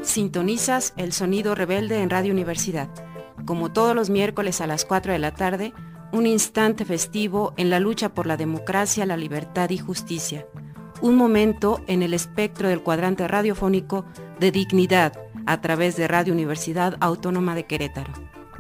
Sintonizas El Sonido Rebelde en Radio Universidad. Como todos los miércoles a las 4 de la tarde, un instante festivo en la lucha por la democracia, la libertad y justicia. Un momento en el espectro del cuadrante radiofónico de dignidad a través de Radio Universidad Autónoma de Querétaro.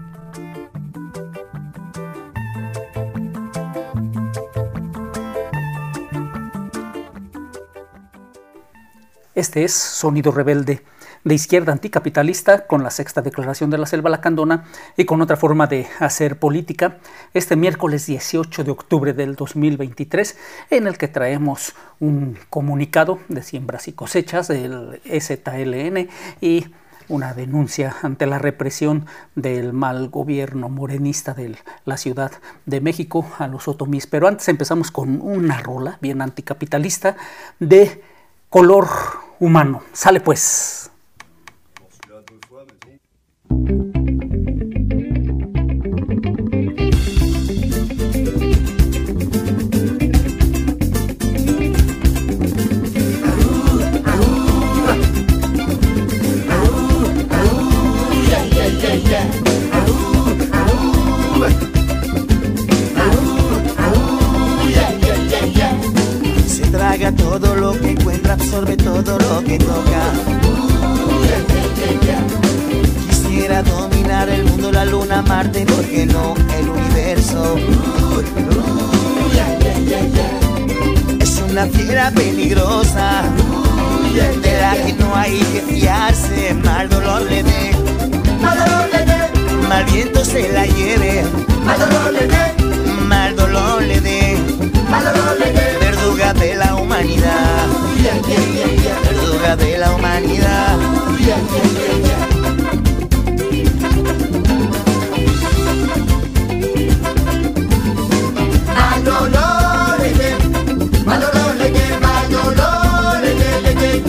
Este es Sonido Rebelde, de izquierda anticapitalista, con la sexta declaración de la Selva Lacandona y con otra forma de hacer política, este miércoles 18 de octubre del 2023, en el que traemos un comunicado de siembras y cosechas del EZLN y una denuncia ante la represión del mal gobierno morenista de la Ciudad de México a los otomís. Pero antes empezamos con una rola bien anticapitalista de Color Humano. Sale pues. Se traga todo lo que encuentra, absorbe todo lo que toca. Quisiera dominar el mundo, la luna, Marte, ¿por qué no el universo? Es una fiera peligrosa, de la que no hay que fiarse. Mal dolor le dé, mal viento se la lleve. Mal dolor le dé, verduga de la humanidad, verduga de la humanidad. Mal dolor le dé, mal dolor le dé, mal dolor le dé.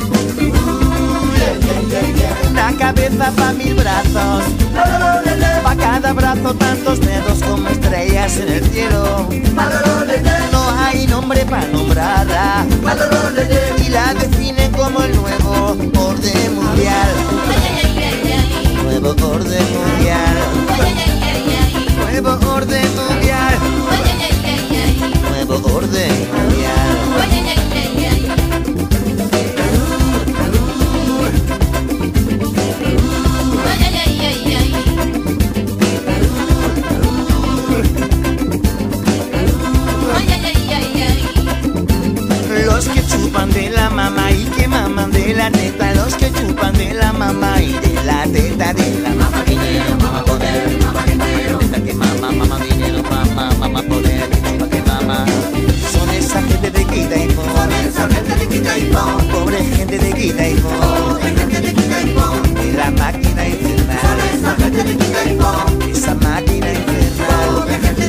Una cabeza pa' 1000 brazos, pa' cada brazo tantos dedos como estrellas en el cielo. No hay nombre para nombrarla, y la definen como el nuevo orden mundial. Nuevo orden mundial. Nuevo orden mundial. Nuevo orden mundial. Los que chupan de la mamá y que maman de la teta, los que chupan de la mamá y de la teta de la mamá dinero, mamá poder, mamá dinero, teta que mama, mamá dinero, mamá poder, que chupa que mama. Son esa gente de quita y pon, pobre gente de quita y pon, de la máquina infernal, esa máquina infernal.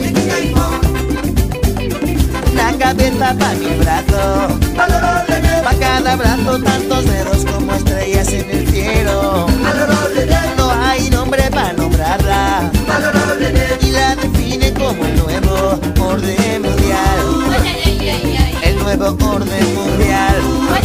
Una cabeza pa' 1000 brazos, pa' cada brazo tantos dedos como estrellas en el cielo. No hay nombre pa' nombrarla, y la define como el nuevo orden mundial. El nuevo orden mundial.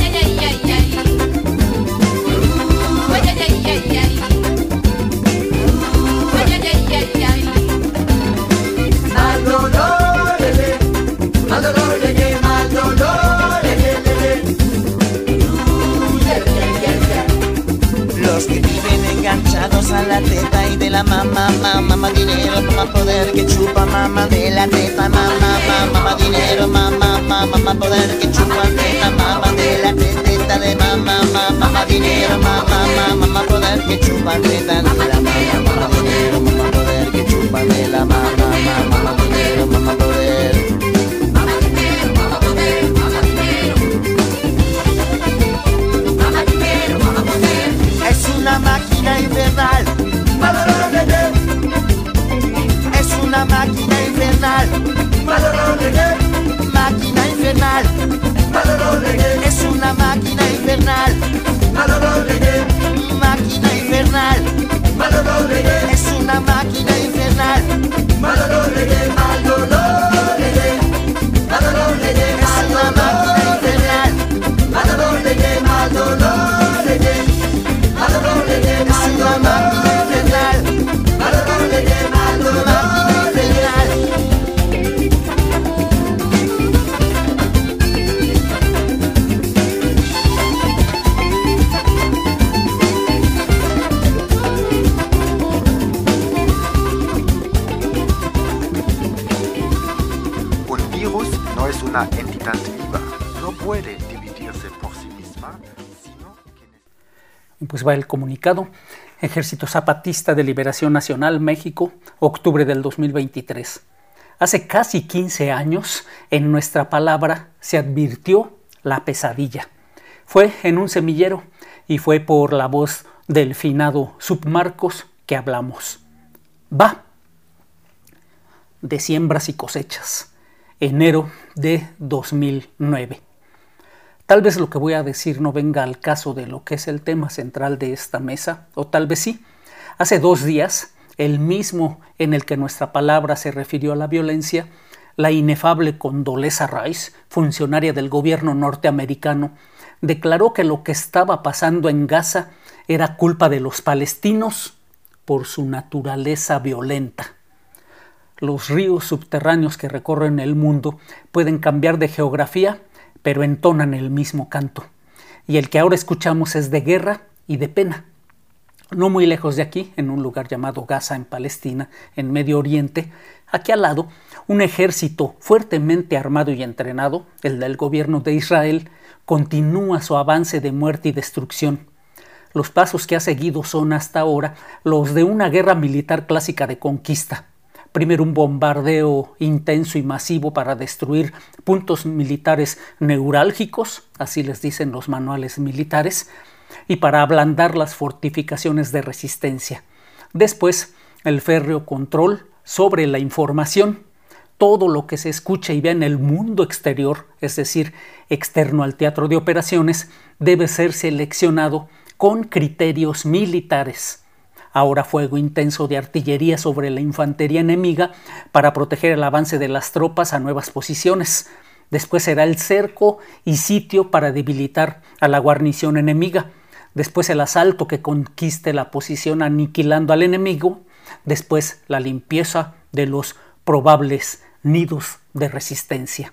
Los que viven enganchados a la teta y de la mamá, mamá dinero, mamá poder, que chupa mamá de la teta, mamá dinero, mamá poder, que chupa de la mamá de la teta de mamá dinero, mamá poder, que chupa teta de la mamá dinero, mamá poder, que chupa de la mamá dinero, mamá poder. Es una máquina infernal, es una máquina infernal, máquina infernal, es una máquina infernal, máquina infernal, es una máquina infernal, es una máquina infernal. entidad viva no puede dividirse por sí misma, sino que... Pues va el comunicado. Ejército Zapatista de Liberación Nacional, México, octubre del 2023. Hace casi 15 años, en nuestra palabra se advirtió la pesadilla. Fue en un semillero y fue por la voz del finado Submarcos que hablamos. Va. De siembras y cosechas. Enero de 2009. Tal vez lo que voy a decir no venga al caso de lo que es el tema central de esta mesa, o tal vez sí. Hace 2 días, el mismo en el que nuestra palabra se refirió a la violencia, la inefable Condoleezza Rice, funcionaria del gobierno norteamericano, declaró que lo que estaba pasando en Gaza era culpa de los palestinos por su naturaleza violenta. Los ríos subterráneos que recorren el mundo pueden cambiar de geografía, pero entonan el mismo canto. Y el que ahora escuchamos es de guerra y de pena. No muy lejos de aquí, en un lugar llamado Gaza, en Palestina, en Medio Oriente, aquí al lado, un ejército fuertemente armado y entrenado, el del gobierno de Israel, continúa su avance de muerte y destrucción. Los pasos que ha seguido son hasta ahora los de una guerra militar clásica de conquista. Primero un bombardeo intenso y masivo para destruir puntos militares neurálgicos, así les dicen los manuales militares, y para ablandar las fortificaciones de resistencia. Después, el férreo control sobre la información. Todo lo que se escucha y ve en el mundo exterior, es decir, externo al teatro de operaciones, debe ser seleccionado con criterios militares. Ahora fuego intenso de artillería sobre la infantería enemiga para proteger el avance de las tropas a nuevas posiciones. Después será el cerco y sitio para debilitar a la guarnición enemiga. Después el asalto que conquiste la posición aniquilando al enemigo. Después la limpieza de los probables nidos de resistencia.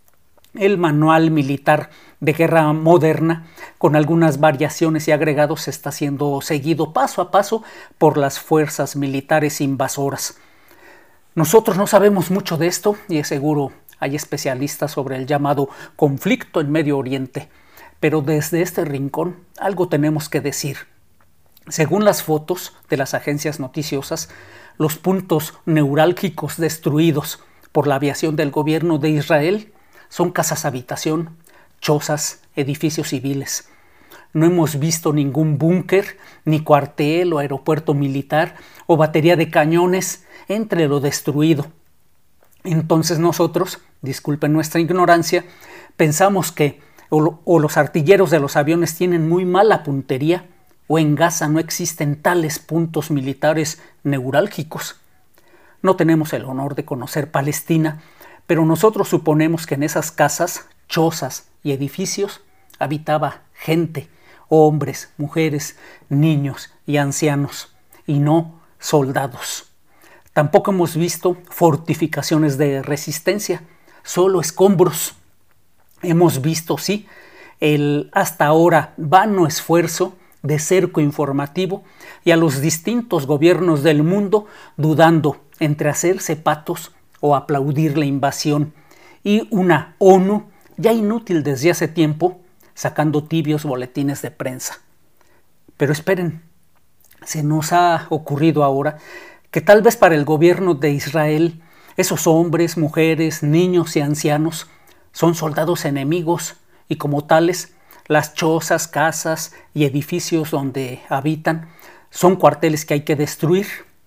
El manual militar de guerra moderna, con algunas variaciones y agregados, está siendo seguido paso a paso por las fuerzas militares invasoras. Nosotros no sabemos mucho de esto y es seguro hay especialistas sobre el llamado conflicto en Medio Oriente, pero desde este rincón algo tenemos que decir. Según las fotos de las agencias noticiosas, los puntos neurálgicos destruidos por la aviación del gobierno de Israel son casas habitación, chozas, edificios civiles. No hemos visto ningún búnker, ni cuartel o aeropuerto militar o batería de cañones entre lo destruido. Entonces nosotros, disculpen nuestra ignorancia, pensamos que o los artilleros de los aviones tienen muy mala puntería o en Gaza no existen tales puntos militares neurálgicos. No tenemos el honor de conocer Palestina, pero nosotros suponemos que en esas casas, chozas y edificios habitaba gente, hombres, mujeres, niños y ancianos, y no soldados. Tampoco hemos visto fortificaciones de resistencia, solo escombros. Hemos visto, sí, el hasta ahora vano esfuerzo de cerco informativo y a los distintos gobiernos del mundo dudando entre hacerse patos o aplaudir la invasión, y una ONU ya inútil desde hace tiempo, sacando tibios boletines de prensa. Pero esperen, se nos ha ocurrido ahora que tal vez para el gobierno de Israel esos hombres, mujeres, niños y ancianos son soldados enemigos y como tales las chozas, casas y edificios donde habitan son cuarteles que hay que destruir.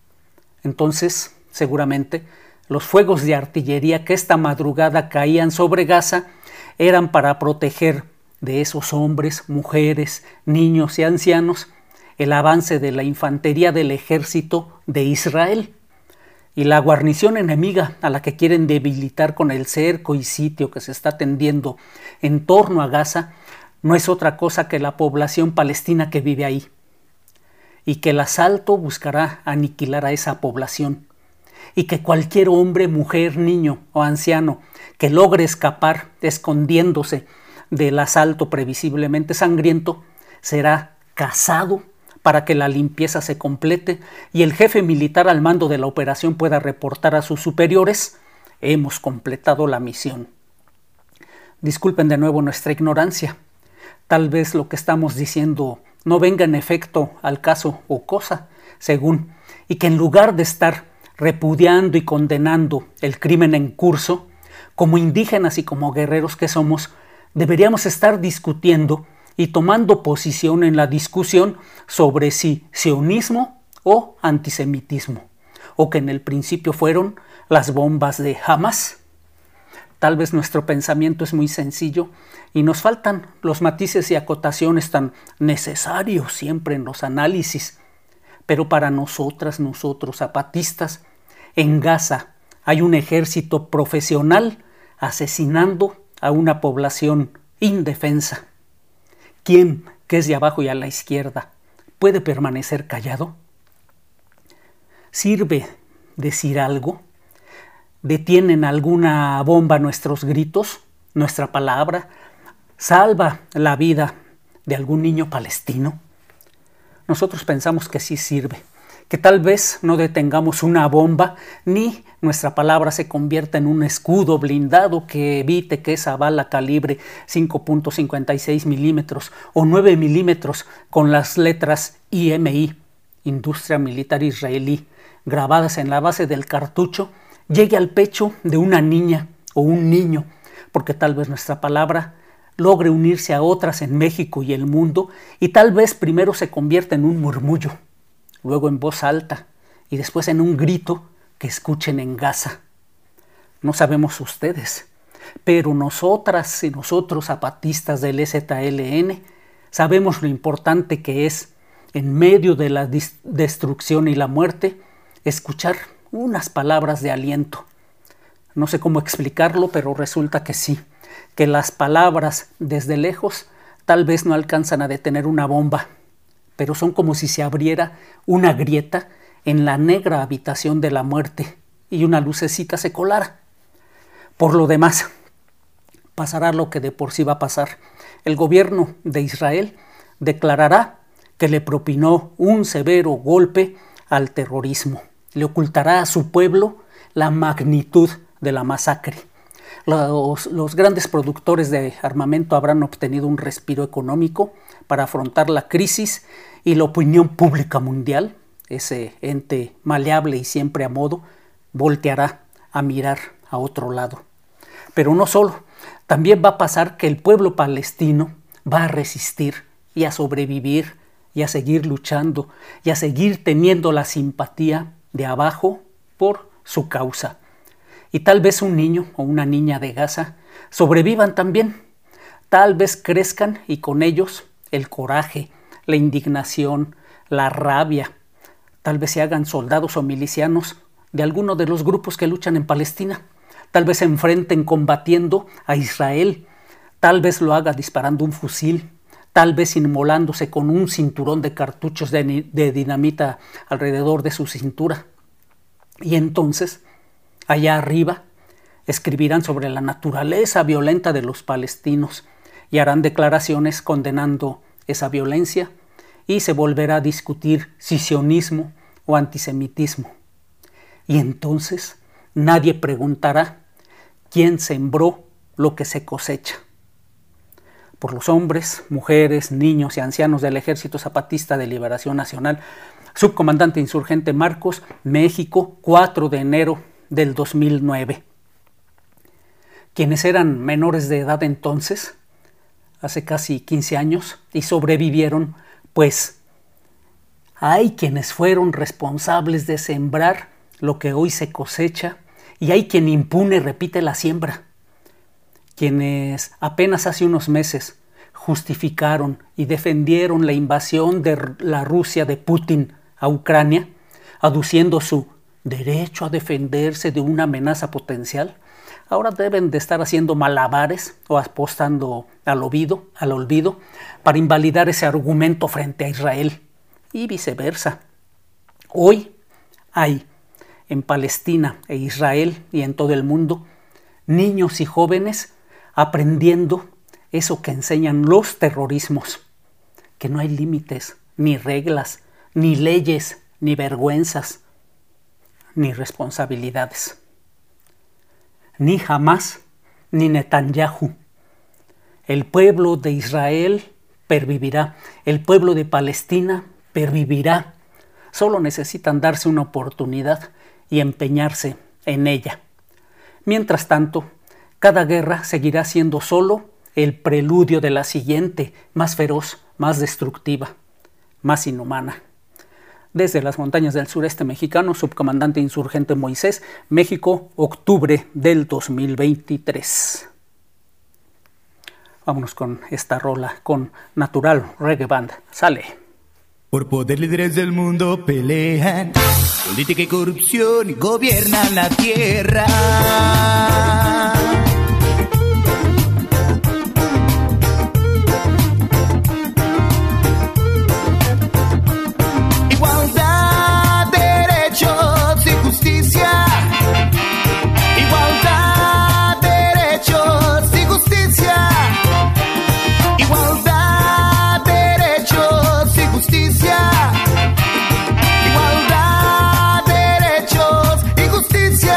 Entonces, seguramente, los fuegos de artillería que esta madrugada caían sobre Gaza eran para proteger de esos hombres, mujeres, niños y ancianos el avance de la infantería del ejército de Israel. Y la guarnición enemiga a la que quieren debilitar con el cerco y sitio que se está tendiendo en torno a Gaza no es otra cosa que la población palestina que vive ahí. Y que el asalto buscará aniquilar a esa población. Y que cualquier hombre, mujer, niño o anciano que logre escapar escondiéndose del asalto previsiblemente sangriento será cazado para que la limpieza se complete y el jefe militar al mando de la operación pueda reportar a sus superiores: hemos completado la misión. Disculpen de nuevo nuestra ignorancia. Tal vez lo que estamos diciendo no venga en efecto al caso o cosa, según, y que en lugar de estar repudiando y condenando el crimen en curso, como indígenas y como guerreros que somos, deberíamos estar discutiendo y tomando posición en la discusión sobre si sionismo o antisemitismo, o que en el principio fueron las bombas de Hamas. Tal vez nuestro pensamiento es muy sencillo y nos faltan los matices y acotaciones tan necesarios siempre en los análisis. Pero para nosotros zapatistas, en Gaza hay un ejército profesional asesinando a una población indefensa. ¿Quién, que es de abajo y a la izquierda, puede permanecer callado? ¿Sirve decir algo? ¿Detienen alguna bomba nuestros gritos, nuestra palabra? ¿Salva la vida de algún niño palestino? Nosotros pensamos que sí sirve, que tal vez no detengamos una bomba ni nuestra palabra se convierta en un escudo blindado que evite que esa bala calibre 5.56 milímetros o 9 milímetros con las letras IMI, Industria Militar Israelí, grabadas en la base del cartucho, llegue al pecho de una niña o un niño, porque tal vez nuestra palabra logre unirse a otras en México y el mundo y tal vez primero se convierta en un murmullo, luego en voz alta y después en un grito que escuchen en Gaza. No sabemos ustedes, pero nosotras y nosotros zapatistas del EZLN sabemos lo importante que es, en medio de la destrucción y la muerte, escuchar unas palabras de aliento. No sé cómo explicarlo, pero resulta que sí, que las palabras desde lejos tal vez no alcanzan a detener una bomba, pero son como si se abriera una grieta en la negra habitación de la muerte y una lucecita se colara. Por lo demás, pasará lo que de por sí va a pasar. El gobierno de Israel declarará que le propinó un severo golpe al terrorismo. Le ocultará a su pueblo la magnitud de la masacre. Los grandes productores de armamento habrán obtenido un respiro económico para afrontar la crisis y la opinión pública mundial, ese ente maleable y siempre a modo, volteará a mirar a otro lado. Pero no solo, también va a pasar que el pueblo palestino va a resistir y a sobrevivir y a seguir luchando y a seguir teniendo la simpatía de abajo por su causa. Y tal vez un niño o una niña de Gaza sobrevivan también. Tal vez crezcan y con ellos el coraje, la indignación, la rabia. Tal vez se hagan soldados o milicianos de alguno de los grupos que luchan en Palestina. Tal vez se enfrenten combatiendo a Israel. Tal vez lo haga disparando un fusil. Tal vez inmolándose con un cinturón de cartuchos de dinamita alrededor de su cintura. Y entonces, allá arriba, escribirán sobre la naturaleza violenta de los palestinos y harán declaraciones condenando esa violencia y se volverá a discutir si sionismo o antisemitismo. Y entonces nadie preguntará quién sembró lo que se cosecha. Por los hombres, mujeres, niños y ancianos del Ejército Zapatista de Liberación Nacional, Subcomandante Insurgente Marcos, México, 4 de enero del 2009. Quienes eran menores de edad entonces, hace casi 15 años, y sobrevivieron, pues hay quienes fueron responsables de sembrar lo que hoy se cosecha y hay quien impune repite la siembra. Quienes apenas hace unos meses justificaron y defendieron la invasión de la Rusia de Putin a Ucrania, aduciendo su derecho a defenderse de una amenaza potencial, ahora deben de estar haciendo malabares o apostando al olvido para invalidar ese argumento frente a Israel y viceversa. Hoy hay en Palestina e Israel y en todo el mundo niños y jóvenes aprendiendo eso que enseñan los terrorismos, que no hay límites, ni reglas, ni leyes, ni vergüenzas, ni responsabilidades. Ni Hamas, ni Netanyahu, El pueblo de Israel pervivirá, el pueblo de Palestina pervivirá. Solo necesitan darse una oportunidad y empeñarse en ella. Mientras tanto, cada guerra seguirá siendo solo el preludio de la siguiente, más feroz, más destructiva, más inhumana. Desde las montañas del sureste mexicano, subcomandante insurgente Moisés, México, octubre del 2023. Vámonos con esta rola, con Natural Reggae Band. Sale. Por poder líderes del mundo pelean, política y corrupción gobiernan la tierra. Igualdad, derechos y justicia. Igualdad, derechos y justicia. Igualdad, derechos y justicia. Igualdad, derechos y justicia.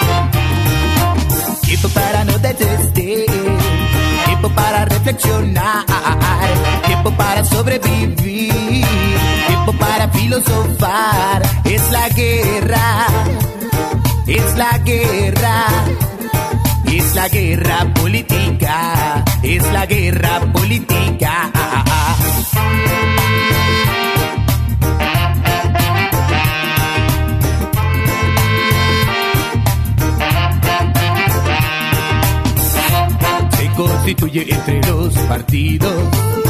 Tiempo para no desistir, tiempo para reflexionar, tiempo para sobrevivir, tiempo para filosofar. Es la guerra, es la guerra. Es la guerra política, es la guerra política. Se constituye entre los partidos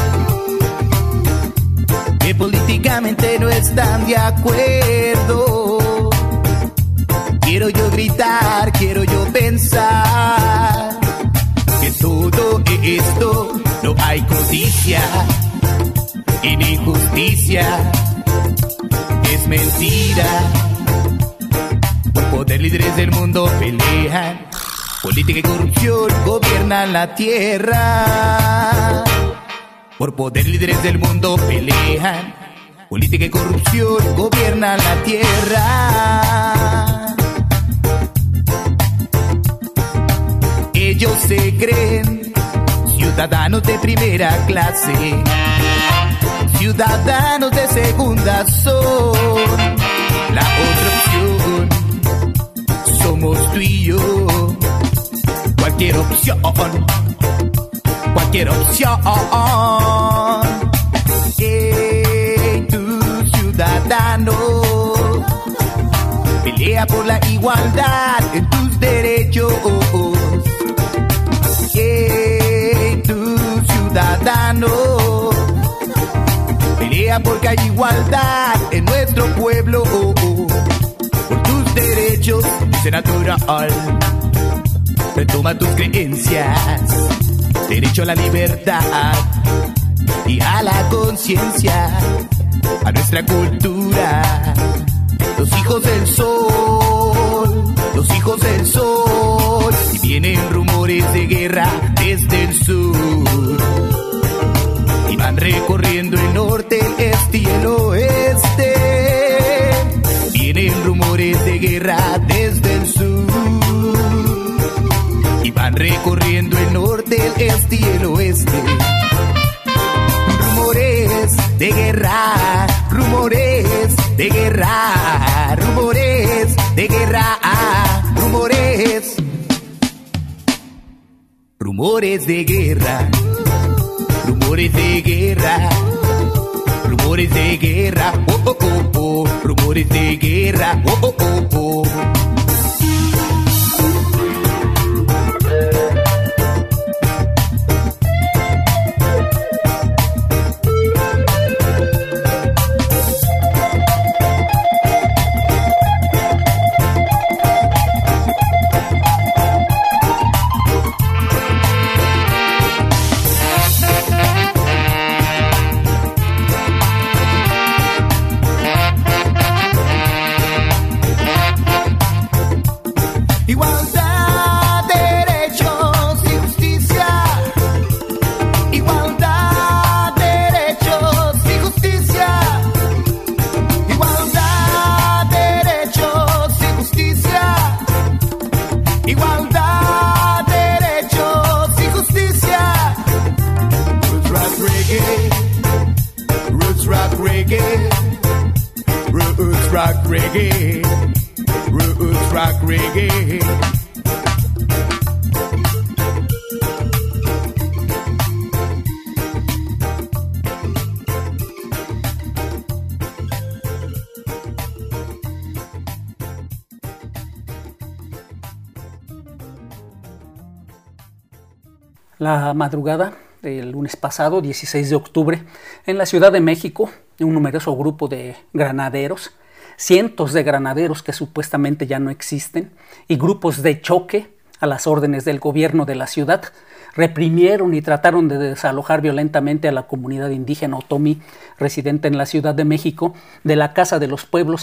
que políticamente no están de acuerdo. Quiero yo gritar, quiero yo pensar que todo esto no hay codicia y ni injusticia, es mentira. Por poder líderes del mundo pelean, política y corrupción gobiernan la tierra. Por poder líderes del mundo pelean, política y corrupción gobiernan la tierra. Ellos se creen ciudadanos de primera clase, ciudadanos de segunda son la otra opción. Somos tú y yo, cualquier opción, cualquier opción. Hey, tú ciudadano, pelea por la igualdad en tus derechos. Hey, tú ciudadano, pelea porque hay igualdad en nuestro pueblo. Por tus derechos, dice natural, retoma tus creencias, derecho a la libertad y a la conciencia, a nuestra cultura. Los hijos del sol, los hijos del sol, y vienen rumores de guerra desde el sur, y van recorriendo el norte, el este y el oeste. Vienen rumores de guerra desde el sur, y van recorriendo el norte, el este y el oeste. Rumores de guerra, rumores de guerra, rumores de guerra, rumores, rumores de guerra, rumores de guerra, rumores de guerra, oh oh oh oh, rumores de guerra, oh oh oh oh. reggae, roots rock reggae. La madrugada del lunes pasado, 16 de octubre, en la Ciudad de México, un numeroso grupo de granaderos, cientos de granaderos que supuestamente ya no existen, y grupos de choque a las órdenes del gobierno de la ciudad, reprimieron y trataron de desalojar violentamente a la comunidad indígena otomí residente en la Ciudad de México de la Casa de los Pueblos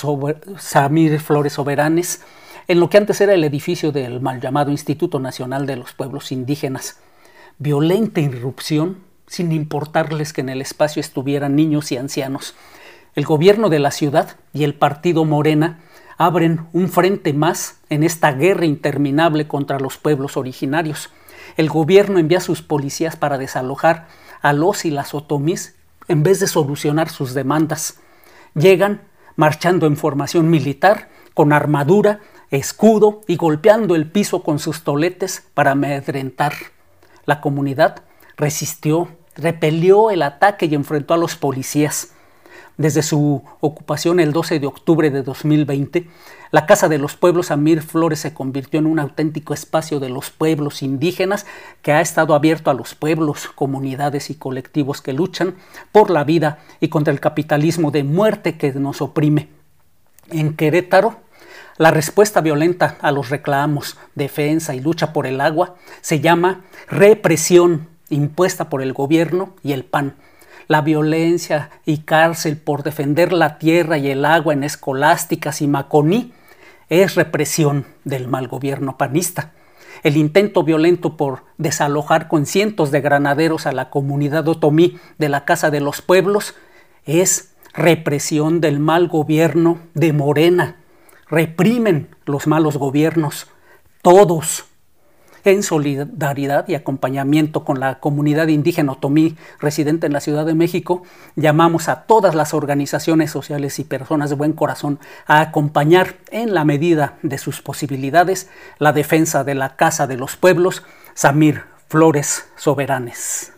Samir Flores Soberanes, en lo que antes era el edificio del mal llamado Instituto Nacional de los Pueblos Indígenas. Violenta irrupción, sin importarles que en el espacio estuvieran niños y ancianos. El gobierno de la ciudad y el partido Morena abren un frente más en esta guerra interminable contra los pueblos originarios. El gobierno envía a sus policías para desalojar a los y las otomís en vez de solucionar sus demandas. Llegan marchando en formación militar, con armadura, escudo y golpeando el piso con sus toletes para amedrentar. La comunidad resistió, repelió el ataque y enfrentó a los policías. Desde su ocupación el 12 de octubre de 2020, la Casa de los Pueblos Samir Flores se convirtió en un auténtico espacio de los pueblos indígenas que ha estado abierto a los pueblos, comunidades y colectivos que luchan por la vida y contra el capitalismo de muerte que nos oprime. En Querétaro, la respuesta violenta a los reclamos, defensa y lucha por el agua se llama represión impuesta por el gobierno y el PAN. La violencia y cárcel por defender la tierra y el agua en Escolásticas y Maconí es represión del mal gobierno panista. El intento violento por desalojar con cientos de granaderos a la comunidad otomí de la Casa de los Pueblos es represión del mal gobierno de Morena. Reprimen los malos gobiernos, todos. En solidaridad y acompañamiento con la comunidad indígena otomí residente en la Ciudad de México, llamamos a todas las organizaciones sociales y personas de buen corazón a acompañar en la medida de sus posibilidades la defensa de la Casa de los Pueblos Samir Flores Soberanes.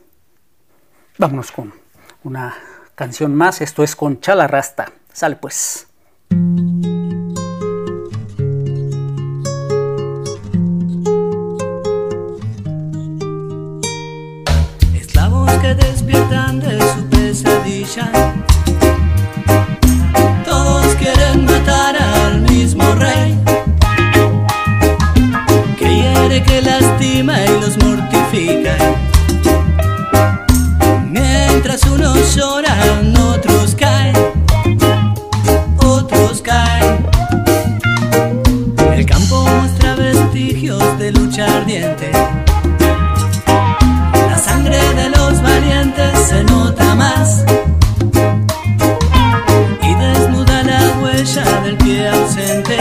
Vámonos con una canción más, esto es con Chala Rasta. Sale pues. Que despiertan de su pesadilla. Todos quieren matar al mismo rey, que hiere, que lastima y los mortifica. Mientras unos lloran, otros caen, otros caen. El campo muestra vestigios de lucha ardiente. La sangre de los valientes se nota más y desnuda la huella del pie ausente.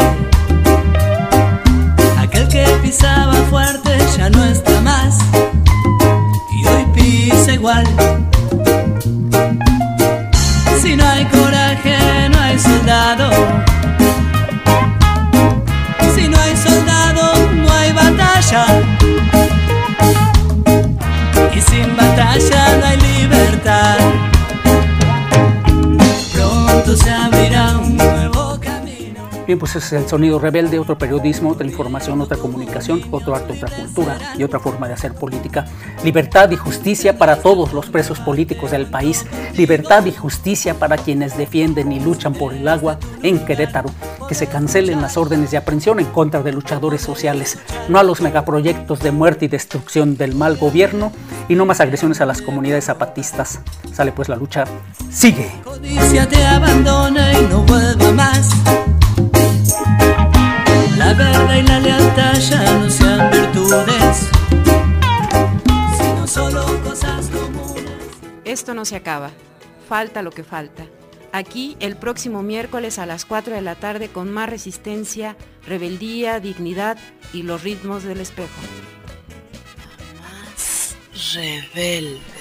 Aquel que pisaba fuerte ya no está más y hoy pisa igual. Si no hay coraje, no hay soldado. Si no hay soldado, no hay batalla. Y sin batalla no hay libertad. Pronto se abrirá un nuevo camino. Bien, pues ese es el Sonido Rebelde, otro periodismo, otra información, otra comunicación, otro arte, otra cultura y otra forma de hacer política. Libertad y justicia para todos los presos políticos del país. Libertad y justicia para quienes defienden y luchan por el agua en Querétaro. Que se cancelen las órdenes de aprehensión en contra de luchadores sociales. No a los megaproyectos de muerte y destrucción del mal gobierno y no más agresiones a las comunidades zapatistas. Sale pues, la lucha sigue. Codicia te abandona y no vuelva más. La verdad y la lealtad ya no sean virtudes, sino solo cosas comunes. Esto no se acaba. Falta lo que falta. Aquí el próximo miércoles a las 4 de la tarde con más resistencia, rebeldía, dignidad y los ritmos del espejo. Más rebelde.